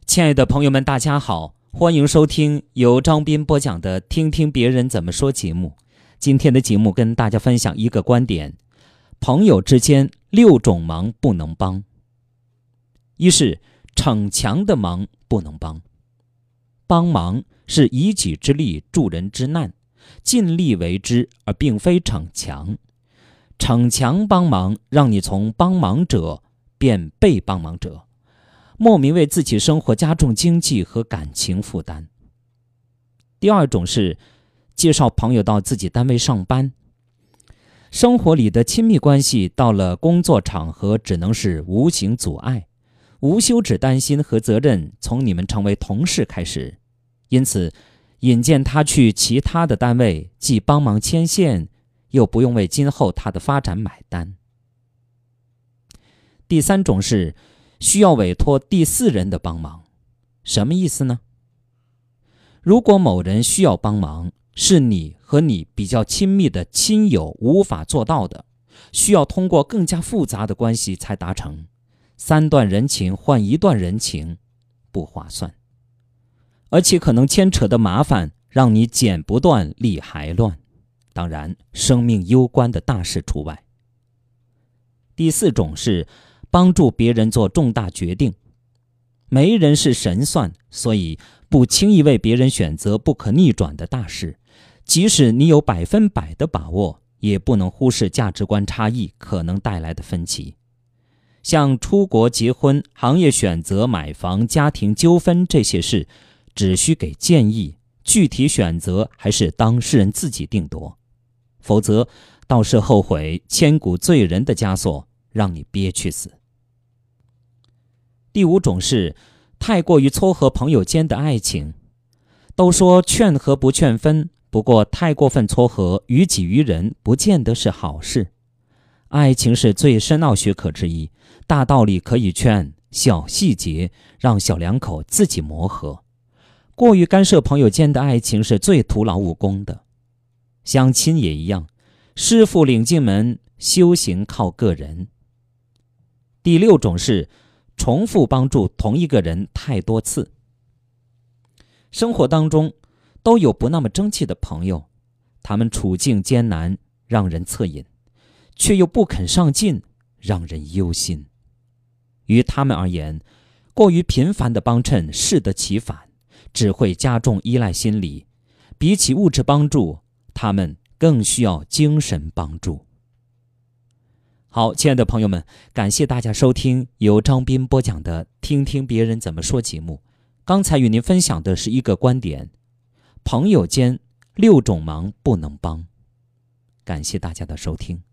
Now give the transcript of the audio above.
亲爱的朋友们，大家好，欢迎收听由张斌播讲的听听别人怎么说节目。今天的节目跟大家分享一个观点：朋友之间6种忙不能帮。一是逞强的忙不能帮。帮忙是以己之力助人之难，尽力为之，而并非逞强。逞强帮忙让你从帮忙者变被帮忙者，莫名为自己生活加重经济和感情负担。第二种是介绍朋友到自己单位上班。生活里的亲密关系到了工作场合只能是无形阻碍，无休止担心和责任从你们成为同事开始，因此引荐他去其他的单位，既帮忙牵线，又不用为今后他的发展买单。第三种是需要委托第4人的帮忙。什么意思呢？如果某人需要帮忙，是你和你比较亲密的亲友无法做到的，需要通过更加复杂的关系才达成，3段人情换1段人情，不划算，而且可能牵扯的麻烦让你剪不断理还乱，当然生命攸关的大事除外。第4种是帮助别人做重大决定。没人是神算，所以不轻易为别人选择不可逆转的大事，即使你有100%的把握，也不能忽视价值观差异可能带来的分歧。像出国、结婚、行业选择、买房、家庭纠纷这些事，只需给建议，具体选择还是当事人自己定夺，否则到时后悔，千古罪人的枷锁让你憋屈死。第5种是太过于撮合朋友间的爱情。都说劝和不劝分，不过太过分撮合，于己于人不见得是好事。爱情是最深奥学科之一，大道理可以劝，小细节让小两口自己磨合。过于干涉朋友间的爱情是最徒劳无功的。相亲也一样，师傅领进门，修行靠个人。第6种是重复帮助同一个人太多次。生活当中都有不那么争气的朋友，他们处境艰难，让人恻隐，却又不肯上进，让人忧心。于他们而言，过于频繁的帮衬适得其反，只会加重依赖心理。比起物质帮助，他们更需要精神帮助。好，亲爱的朋友们，感谢大家收听由张斌播讲的听听别人怎么说节目。刚才与您分享的是一个观点：朋友间6种忙不能帮。感谢大家的收听。